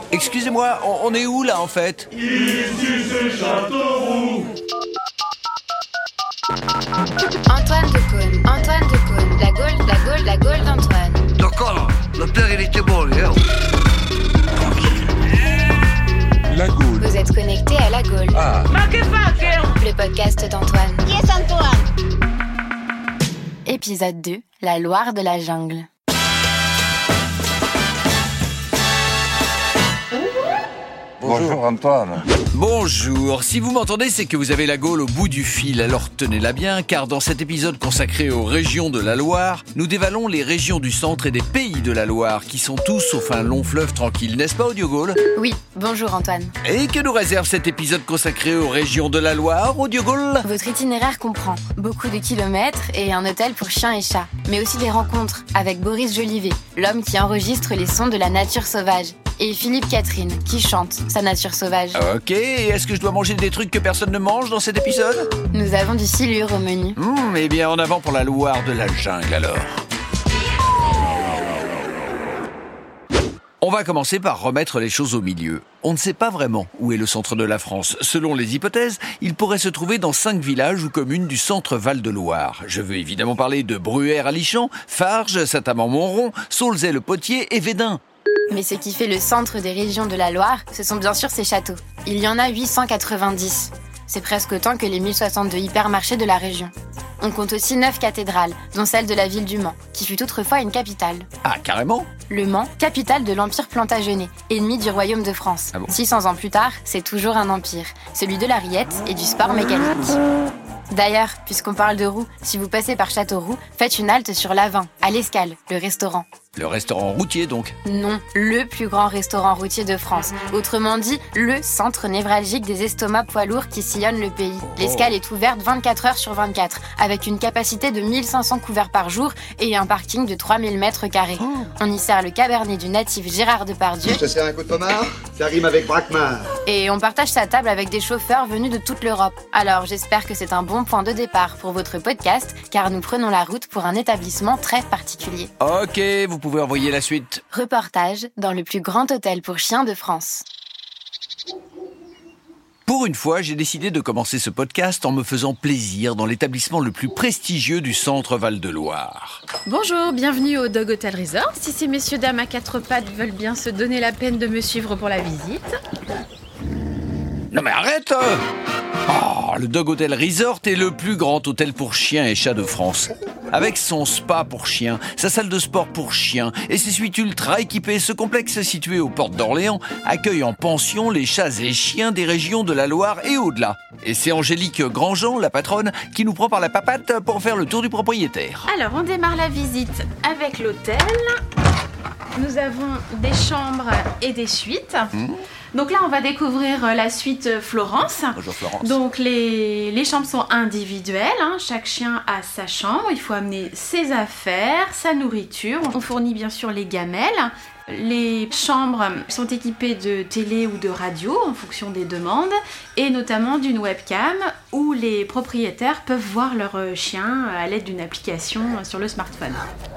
Excusez-moi, on est où là en fait? Ici c'est Châteauroux. Antoine de Caunes. La Gaule d'Antoine. D'accord, le père il était bon, lui. La Gaule. Vous êtes connectés à La Gaule. Ah. Le podcast d'Antoine. Qui est Antoine? Épisode 2, la Loire de la jungle. Bonjour Antoine. Bonjour, si vous m'entendez, c'est que vous avez la Gaule au bout du fil, alors tenez-la bien, car dans cet épisode consacré aux régions de la Loire, nous dévalons les régions du centre et des pays de la Loire, qui sont tous sauf un long fleuve tranquille, n'est-ce pas Audio Gaule? Oui, bonjour Antoine. Et que nous réserve cet épisode consacré aux régions de la Loire, Audio Gaule? Votre itinéraire comprend beaucoup de kilomètres et un hôtel pour chiens et chats, mais aussi des rencontres avec Boris Jolivet, l'homme qui enregistre les sons de la nature sauvage, et Philippe Catherine, qui chante sa nature sauvage. Ok, et est-ce que je dois manger des trucs que personne ne mange dans cet épisode? Nous avons du silure au menu. Eh bien, en avant pour la Loire de la jungle alors. On va commencer par remettre les choses au milieu. On ne sait pas vraiment où est le centre de la France. Selon les hypothèses, il pourrait se trouver dans 5 villages ou communes du centre Val-de-Loire. Je veux évidemment parler de Bruères-à-Lichamps, Farges, Saint-Amand-Montrond, Saulzay-le-Potier et Védin. Mais ce qui fait le centre des régions de la Loire, ce sont bien sûr ces châteaux. Il y en a 890. C'est presque autant que les 1062 hypermarchés de la région. On compte aussi 9 cathédrales, dont celle de la ville du Mans, qui fut autrefois une capitale. Ah, carrément? Le Mans, capitale de l'Empire Plantagenet, ennemi du Royaume de France. Ah bon? 600 ans plus tard, c'est toujours un empire, celui de la Riette et du sport mécanique. D'ailleurs, puisqu'on parle de roue, si vous passez par Châteauroux, faites une halte sur l'Avin, à l'Escale, le restaurant. Le restaurant routier donc? Non, le plus grand restaurant routier de France. Autrement dit, le centre névralgique des estomacs poids lourds qui sillonnent le pays. L'Escale est ouverte 24 heures sur 24, avec une capacité de 1500 couverts par jour et un parking de 3000 mètres carrés. On y sert le cabernet du natif Gérard Depardieu. Je te sers un coup de pommard, ça rime avec braquemar. Et on partage sa table avec des chauffeurs venus de toute l'Europe. Alors j'espère que c'est un bon point de départ pour votre podcast, car nous prenons la route pour un établissement très particulier. Ok, vous pouvez envoyer la suite. Reportage dans le plus grand hôtel pour chiens de France. Pour une fois, j'ai décidé de commencer ce podcast en me faisant plaisir dans l'établissement le plus prestigieux du centre Val-de-Loire. Bonjour, bienvenue au Dog Hotel Resort. Si ces messieurs dames à 4 pattes veulent bien se donner la peine de me suivre pour la visite. Non mais arrête! Le Dog Hotel Resort est le plus grand hôtel pour chiens et chats de France. Avec son spa pour chiens, sa salle de sport pour chiens et ses suites ultra équipées, ce complexe situé aux portes d'Orléans accueille en pension les chats et chiens des régions de la Loire et au-delà. Et c'est Angélique Grandjean, la patronne, qui nous prend par la papate pour faire le tour du propriétaire. Alors, on démarre la visite avec l'hôtel. Nous avons des chambres et des suites. Donc là, on va découvrir la suite Florence. Bonjour Florence. Donc les chambres sont individuelles, chaque chien a sa chambre, il faut amener ses affaires, sa nourriture. On fournit bien sûr les gamelles. Les chambres sont équipées de télé ou de radio en fonction des demandes et notamment d'une webcam où les propriétaires peuvent voir leur chien à l'aide d'une application sur le smartphone.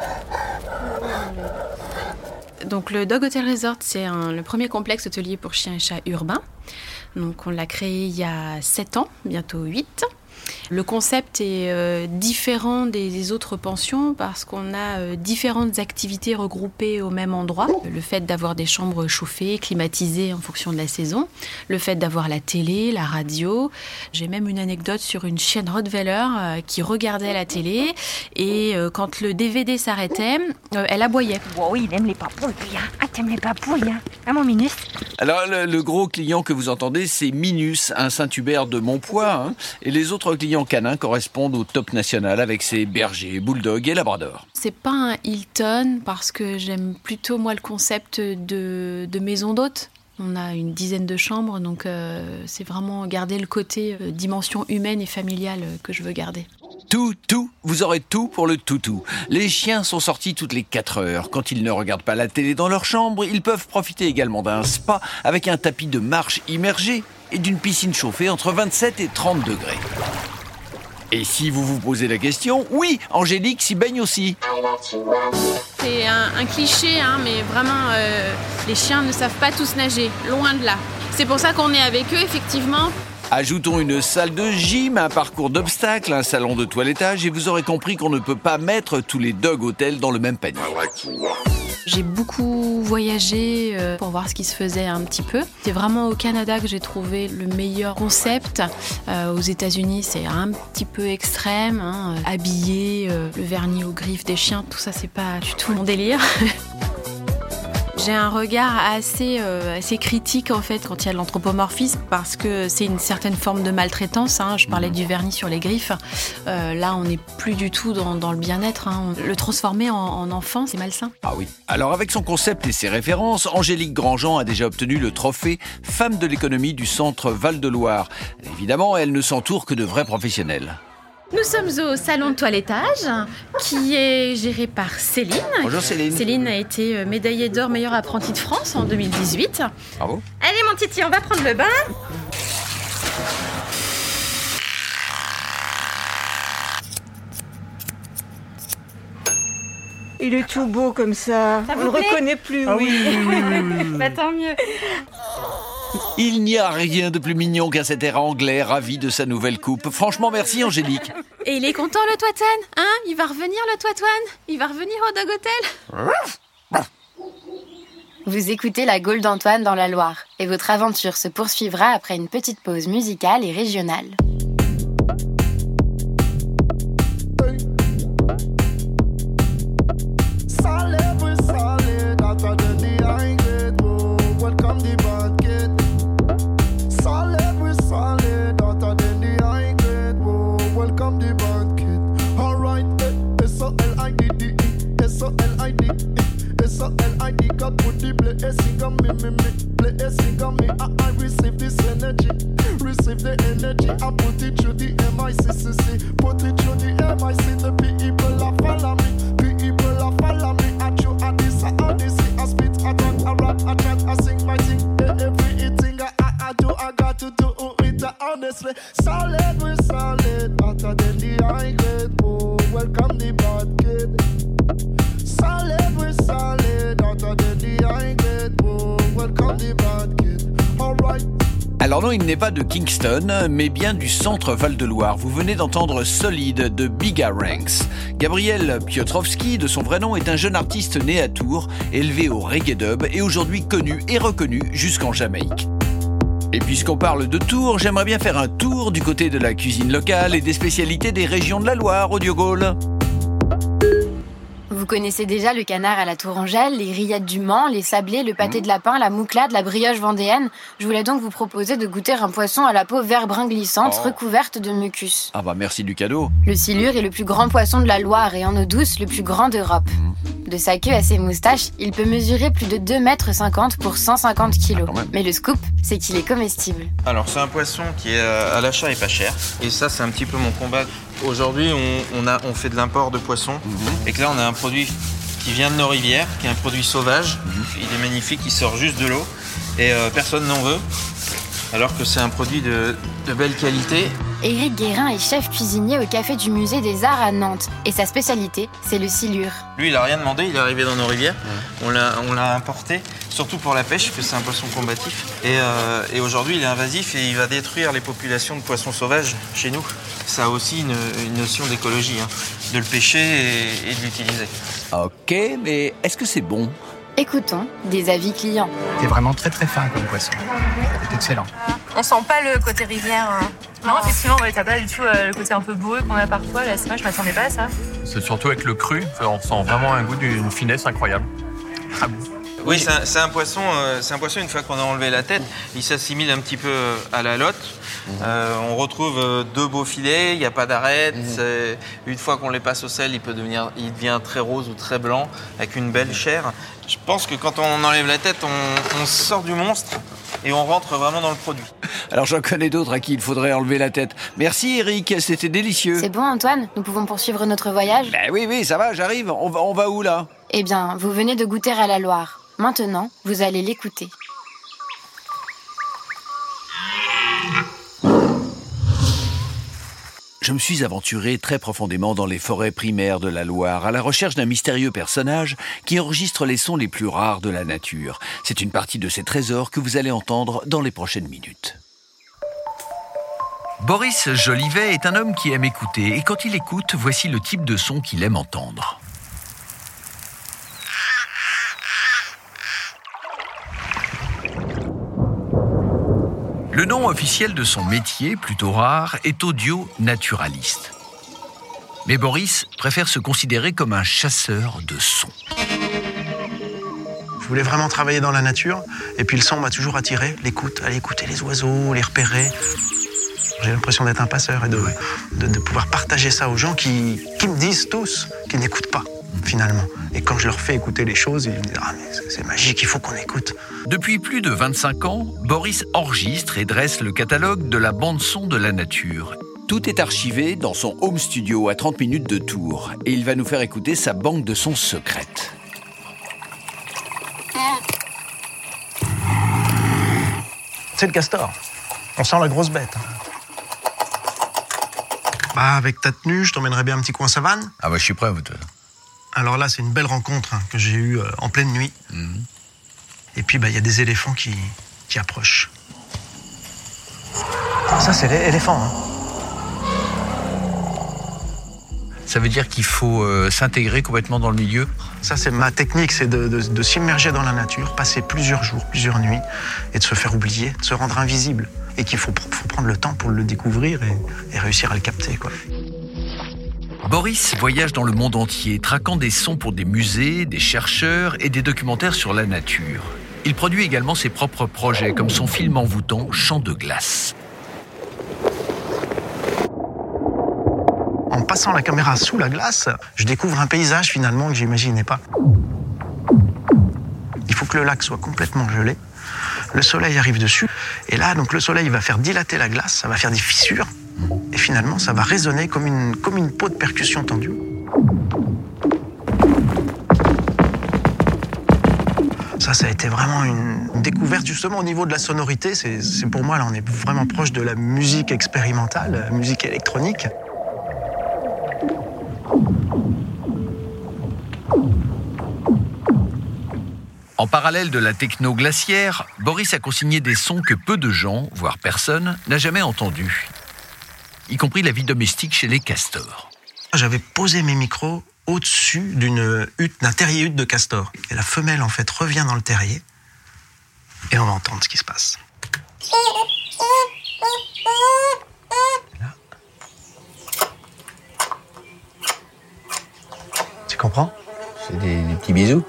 Donc le Dog Hotel Resort, c'est le premier complexe hôtelier pour chiens et chats urbains. Donc on l'a créé il y a 7 ans, bientôt 8. Le concept est différent des autres pensions parce qu'on a différentes activités regroupées au même endroit. Le fait d'avoir des chambres chauffées, climatisées en fonction de la saison. Le fait d'avoir la télé, la radio. J'ai même une anecdote sur une chienne Rottweiler qui regardait la télé et quand le DVD s'arrêtait, elle aboyait. Oh, il aime les papouilles, lui, hein. Ah, t'aimes les papouilles, hein. Ah, mon Minus. Alors le gros client que vous entendez, c'est Minus, un Saint-Hubert de Montpoix. Et les autres clients canins correspondent au top national avec ses bergers, bulldogs et labradors. C'est pas un Hilton parce que j'aime plutôt moi le concept de maison d'hôte. On a une dizaine de chambres, donc c'est vraiment garder le côté dimension humaine et familiale que je veux garder. Tout, vous aurez tout pour le toutou. Les chiens sont sortis toutes les 4 heures. Quand ils ne regardent pas la télé dans leur chambre, ils peuvent profiter également d'un spa avec un tapis de marche immergé et d'une piscine chauffée entre 27 et 30 degrés. Et si vous vous posez la question, oui, Angélique s'y baigne aussi. C'est un cliché, mais vraiment, les chiens ne savent pas tous nager, loin de là. C'est pour ça qu'on est avec eux, effectivement. Ajoutons une salle de gym, un parcours d'obstacles, un salon de toilettage et vous aurez compris qu'on ne peut pas mettre tous les dog hotels dans le même panier. J'ai beaucoup voyagé pour voir ce qui se faisait un petit peu. C'est vraiment au Canada que j'ai trouvé le meilleur concept. Aux États-Unis, c'est un petit peu extrême. Habiller, le vernis aux griffes des chiens, tout ça, c'est pas du tout mon délire. J'ai un regard assez critique en fait quand il y a de l'anthropomorphisme parce que c'est une certaine forme de maltraitance. Je parlais du vernis sur les griffes. Là, on n'est plus du tout dans le bien-être. Le transformer en enfant, c'est malsain. Ah oui. Alors avec son concept et ses références, Angélique Grandjean a déjà obtenu le trophée Femme de l'économie du Centre Val-de-Loire. Évidemment, elle ne s'entoure que de vrais professionnels. Nous sommes au salon de toilettage qui est géré par Céline. Bonjour Céline. Céline a été médaillée d'or meilleure apprentie de France en 2018. Bravo. Allez mon titi, on va prendre le bain. Il est tout beau comme ça. On le reconnaît plus, oui. Bah tant mieux. Il n'y a rien de plus mignon qu'un cet air anglais ravi de sa nouvelle coupe. Franchement, merci Angélique. Et il est content le Toitoine, Il va revenir le Toitoine. Il va revenir au Dog Hotel. Vous écoutez La Gaule d'Antoine dans la Loire et votre aventure se poursuivra après une petite pause musicale et régionale. Receive the energy, I put it through the MICCC, put it through the MIC, the people are follow me, people are follow me, I chew, I this, I spit, I talk, I rap, I chat, I sing my thing, everything I do, I got to do it honestly, solid, we're solid, hotter than the high grade, oh, welcome the bad kid, solid, we're solid, hotter than the high grade, oh, welcome the bad kid, alright. Alors non, il n'est pas de Kingston, mais bien du centre Val-de-Loire. Vous venez d'entendre Solide de Bigaranx. Gabriel Piotrowski, de son vrai nom, est un jeune artiste né à Tours, élevé au reggae dub et aujourd'hui connu et reconnu jusqu'en Jamaïque. Et puisqu'on parle de Tours, j'aimerais bien faire un tour du côté de la cuisine locale et des spécialités des régions de la Loire, au Diogaulle. Vous connaissez déjà le canard à la tourangelle, les rillettes du Mans, les sablés, le pâté de lapin, la mouclade, la brioche vendéenne. Je voulais donc vous proposer de goûter un poisson à la peau vert-brun glissante, recouverte de mucus. Ah bah merci du cadeau. Le silure est le plus grand poisson de la Loire et en eau douce, le plus grand d'Europe. De sa queue à ses moustaches, il peut mesurer plus de 2,50 m pour 150 kg. Mais le scoop, c'est qu'il est comestible. Alors c'est un poisson qui est à l'achat et pas cher. Et ça c'est un petit peu mon combat. Aujourd'hui on fait de l'import de poissons. Et que là on a un produit qui vient de nos rivières, qui est un produit sauvage. Il est magnifique, il sort juste de l'eau. Et personne n'en veut. Alors que c'est un produit de belle qualité. Éric Guérin est chef cuisinier au Café du Musée des Arts à Nantes. Et sa spécialité, c'est le silure. Lui, il a rien demandé, il est arrivé dans nos rivières. On l'a importé, surtout pour la pêche, parce que c'est un poisson combatif. Et aujourd'hui, il est invasif et il va détruire les populations de poissons sauvages chez nous. Ça a aussi une notion d'écologie, de le pêcher et de l'utiliser. Ok, mais est-ce que c'est bon ? Écoutons des avis clients. C'est vraiment très très fin comme poisson. C'est excellent. On sent pas le côté rivière. Non, effectivement, t'as pas du tout le côté un peu boueux qu'on a parfois. Là, c'est vrai, je m'attendais pas à ça. C'est surtout avec le cru, on sent vraiment un goût d'une finesse incroyable. Très bon. Oui, c'est un poisson, une fois qu'on a enlevé la tête, il s'assimile un petit peu à la lotte. On retrouve deux beaux filets, il n'y a pas d'arête. Une fois qu'on les passe au sel, il devient très rose ou très blanc, avec une belle chair. Je pense que quand on enlève la tête, on sort du monstre et on rentre vraiment dans le produit. Alors j'en connais d'autres à qui il faudrait enlever la tête. Merci Eric, c'était délicieux. C'est bon Antoine, nous pouvons poursuivre notre voyage ? Ben oui, ça va, j'arrive. On va où là ? Eh bien, vous venez de goûter à la Loire. Maintenant, vous allez l'écouter. je me suis aventuré très profondément dans les forêts primaires de la Loire, à la recherche d'un mystérieux personnage qui enregistre les sons les plus rares de la nature. C'est une partie de ces trésors que vous allez entendre dans les prochaines minutes. Boris Jolivet est un homme qui aime écouter, et quand il écoute, voici le type de son qu'il aime entendre. Le nom officiel de son métier, plutôt rare, est audio-naturaliste. Mais Boris préfère se considérer comme un chasseur de sons. Je voulais vraiment travailler dans la nature, et puis le son m'a toujours attiré, l'écoute, aller écouter les oiseaux, les repérer. J'ai l'impression d'être un passeur et de pouvoir partager ça aux gens qui me disent tous qu'ils n'écoutent pas, finalement. Et quand je leur fais écouter les choses, ils me disent « Ah, mais c'est magique, il faut qu'on écoute ». Depuis plus de 25 ans, Boris enregistre et dresse le catalogue de la bande-son de la nature. Tout est archivé dans son home studio à 30 minutes de Tours. Et il va nous faire écouter sa banque de sons secrète. C'est le castor. On sent la grosse bête. Bah, avec ta tenue, je t'emmènerais bien un petit coin savane. Ah bah je suis prêt. Alors là, c'est une belle rencontre que j'ai eue en pleine nuit. Et puis, il y a des éléphants qui approchent. Ça, c'est l'éléphant. Ça veut dire qu'il faut s'intégrer complètement dans le milieu ? Ça, c'est ma technique, c'est de s'immerger dans la nature, passer plusieurs jours, plusieurs nuits, et de se faire oublier, de se rendre invisible. Et qu'il faut prendre le temps pour le découvrir et réussir à le capter, quoi. Boris voyage dans le monde entier, traquant des sons pour des musées, des chercheurs et des documentaires sur la nature. Il produit également ses propres projets, comme son film envoûtant Chant de glace. En passant la caméra sous la glace, je découvre un paysage finalement que j'imaginais pas. Il faut que le lac soit complètement gelé. Le soleil arrive dessus, et là, donc le soleil va faire dilater la glace, ça va faire des fissures, et finalement, ça va résonner comme une peau de percussion tendue. Ça a été vraiment une découverte, justement, au niveau de la sonorité. C'est pour moi, là, on est vraiment proche de la musique expérimentale, la musique électronique. En parallèle de la techno glaciaire, Boris a consigné des sons que peu de gens, voire personne, n'a jamais entendus. Y compris la vie domestique chez les castors. J'avais posé mes micros au-dessus d'un terrier-hutte de castor. Et la femelle, en fait, revient dans le terrier et on va entendre ce qui se passe. Là. Tu comprends ? C'est des petits bisous.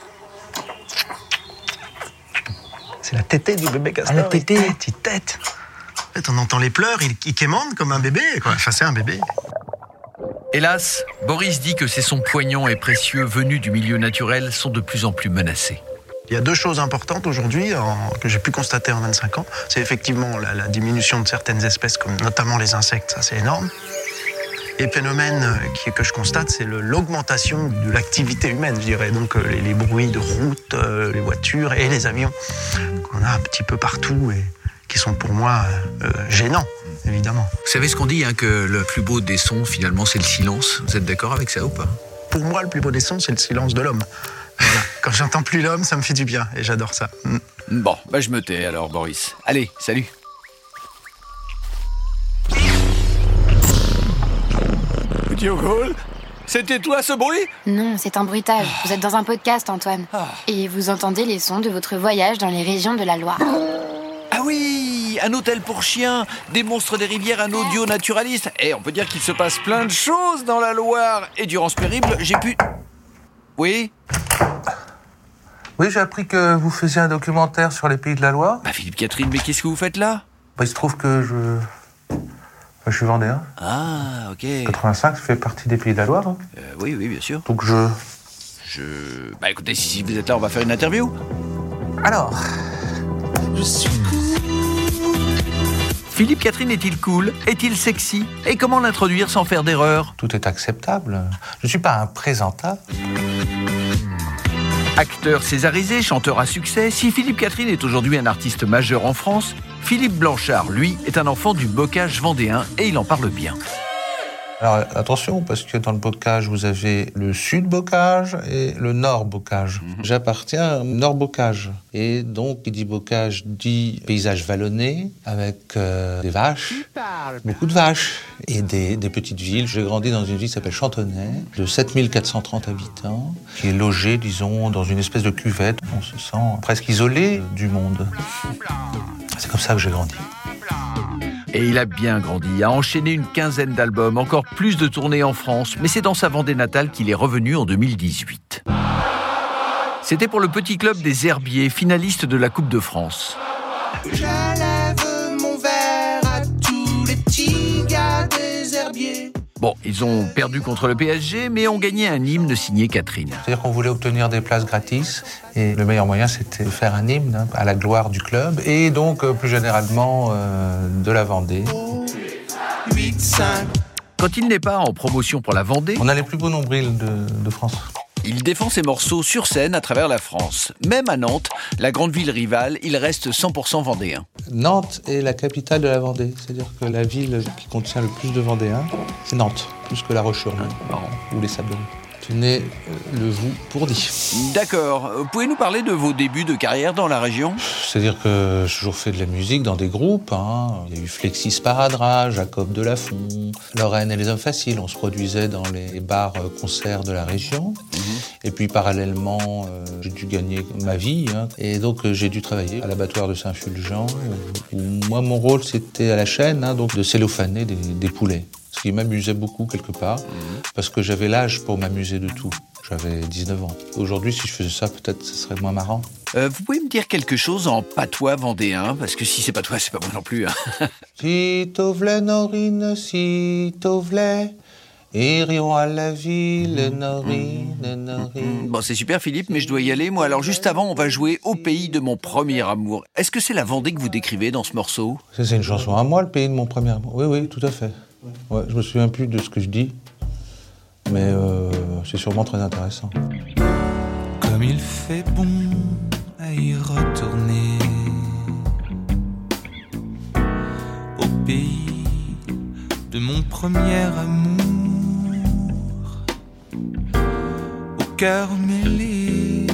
C'est la tétée du bébé castor. Ah, la tétée. Il tète. En fait, on entend les pleurs, il quémande comme un bébé, quoi. Enfin, c'est un bébé. Hélas, Boris dit que ces sons poignants et précieux venus du milieu naturel sont de plus en plus menacés. Il y a deux choses importantes aujourd'hui que j'ai pu constater en 25 ans. C'est effectivement la diminution de certaines espèces, comme notamment les insectes, ça c'est énorme. Et le phénomène que je constate, c'est l'augmentation de l'activité humaine, je dirais. Donc les bruits de route, les voitures et les avions qu'on a un petit peu partout et qui sont pour moi gênants, évidemment. Vous savez ce qu'on dit, que le plus beau des sons, finalement, c'est le silence. Vous êtes d'accord avec ça ou pas ? Pour moi, le plus beau des sons, c'est le silence de l'homme. Voilà. Quand j'entends plus l'homme, ça me fait du bien et j'adore ça. Bon, je me tais alors, Boris. Allez, salut. Diogol, c'était toi ce bruit ? Non, c'est un bruitage. Vous êtes dans un podcast, Antoine. Et vous entendez les sons de votre voyage dans les régions de la Loire. Ah oui, un hôtel pour chiens, des monstres des rivières, un audio naturaliste. Et on peut dire qu'il se passe plein de choses dans la Loire. Et durant ce périple, j'ai pu... Oui ? Oui, j'ai appris que vous faisiez un documentaire sur les pays de la Loire. Philippe Catherine, mais qu'est-ce que vous faites là ? Il se trouve que je suis vendéen. Ah, ok. 85, ça fait partie des pays de la Loire. Oui, bien sûr. Donc écoutez, si vous êtes là, on va faire une interview. Alors, je suis cool. Philippe Catherine est-il cool ? Est-il sexy ? Et comment l'introduire sans faire d'erreur ? Tout est acceptable. Je ne suis pas un présentable. Acteur césarisé, chanteur à succès, si Philippe Catherine est aujourd'hui un artiste majeur en France, Philippe Blanchard, lui, est un enfant du bocage vendéen et il en parle bien. Alors attention, parce que dans le bocage, vous avez le sud-bocage et le nord-bocage. J'appartiens au nord-bocage. Et donc, qui dit bocage dit paysage vallonné, avec des vaches, beaucoup de vaches, et des petites villes. J'ai grandi dans une ville qui s'appelle Chantonnay, de 7430 habitants, qui est logée, disons, dans une espèce de cuvette. On se sent presque isolé du monde. C'est comme ça que j'ai grandi. Et il a bien grandi, a enchaîné une quinzaine d'albums, encore plus de tournées en France, mais c'est dans sa Vendée natale qu'il est revenu en 2018. C'était pour le petit club des Herbiers, finaliste de la Coupe de France. J'élève mon verre à tous les petits gars des Herbiers. Bon, ils ont perdu contre le PSG, mais ont gagné un hymne signé Catherine. C'est-à-dire qu'on voulait obtenir des places gratis, et le meilleur moyen, c'était de faire un hymne à la gloire du club, et donc, plus généralement, de la Vendée. 8-5. Quand il n'est pas en promotion pour la Vendée, on a les plus beaux nombrils de France. Il défend ses morceaux sur scène à travers la France. Même à Nantes, la grande ville rivale, il reste 100% vendéen. Nantes est la capitale de la Vendée. C'est-à-dire que la ville qui contient le plus de Vendéens, c'est Nantes, plus que La Roche-sur-Yon ou les Sablons. Tenez le vous pour dit. D'accord. Pouvez-nous parler de vos débuts de carrière dans la région ? C'est-à-dire que j'ai toujours fait de la musique dans des groupes. Il y a eu Flexis Sparadrap, Jacob Delafont, Lorraine et les Hommes Faciles. On se produisait dans les bars-concerts de la région. Et puis parallèlement, j'ai dû gagner ma vie. Et donc j'ai dû travailler à l'abattoir de Saint-Fulgent. Où moi, mon rôle, c'était à la chaîne, donc de cellophaner des poulets. Ce qui m'amusait beaucoup quelque part, parce que j'avais l'âge pour m'amuser de tout. J'avais 19 ans. Aujourd'hui, si je faisais ça, peut-être ce serait moins marrant. Vous pouvez me dire quelque chose en patois vendéen ? Parce que si c'est patois, c'est pas bon non plus. Si t'o v'lait, Norine, si t'o v'lait, irions à la ville, Norine. Bon, c'est super Philippe, mais je dois y aller. Moi, alors juste avant, on va jouer Au pays de mon premier amour. Est-ce que c'est la Vendée que vous décrivez dans ce morceau ? Ça, c'est une chanson à moi, Le pays de mon premier amour. Oui, tout à fait. Ouais, je me souviens plus de ce que je dis, mais c'est sûrement très intéressant. Comme il fait bon à y retourner, au pays de mon premier amour, au cœur mêlé,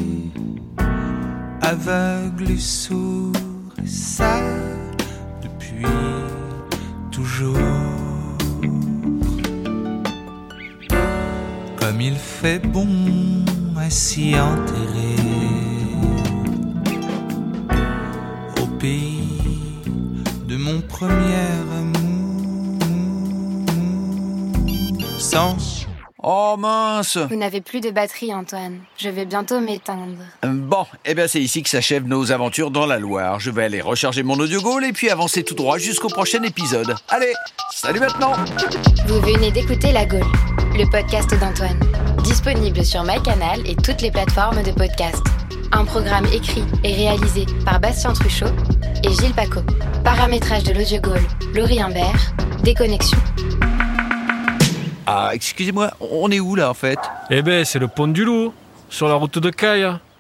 aveugle et sourd, et ça depuis toujours. Comme il fait bon à s'y enterrer, au pays de mon premier amour, sans... Oh mince ! Vous n'avez plus de batterie, Antoine. Je vais bientôt m'éteindre. Bon, c'est ici que s'achèvent nos aventures dans la Loire. Je vais aller recharger mon audio-goal et puis avancer tout droit jusqu'au prochain épisode. Allez, salut maintenant ! Vous venez d'écouter La Gaule, le podcast d'Antoine. Disponible sur MyCanal et toutes les plateformes de podcast. Un programme écrit et réalisé par Bastien Truchot et Gilles Paco. Paramétrage de l'audio-goal, Laurie Imbert. Déconnexion. Ah, excusez-moi, on est où là en fait ? C'est le pont du Loup, sur la route de Caille.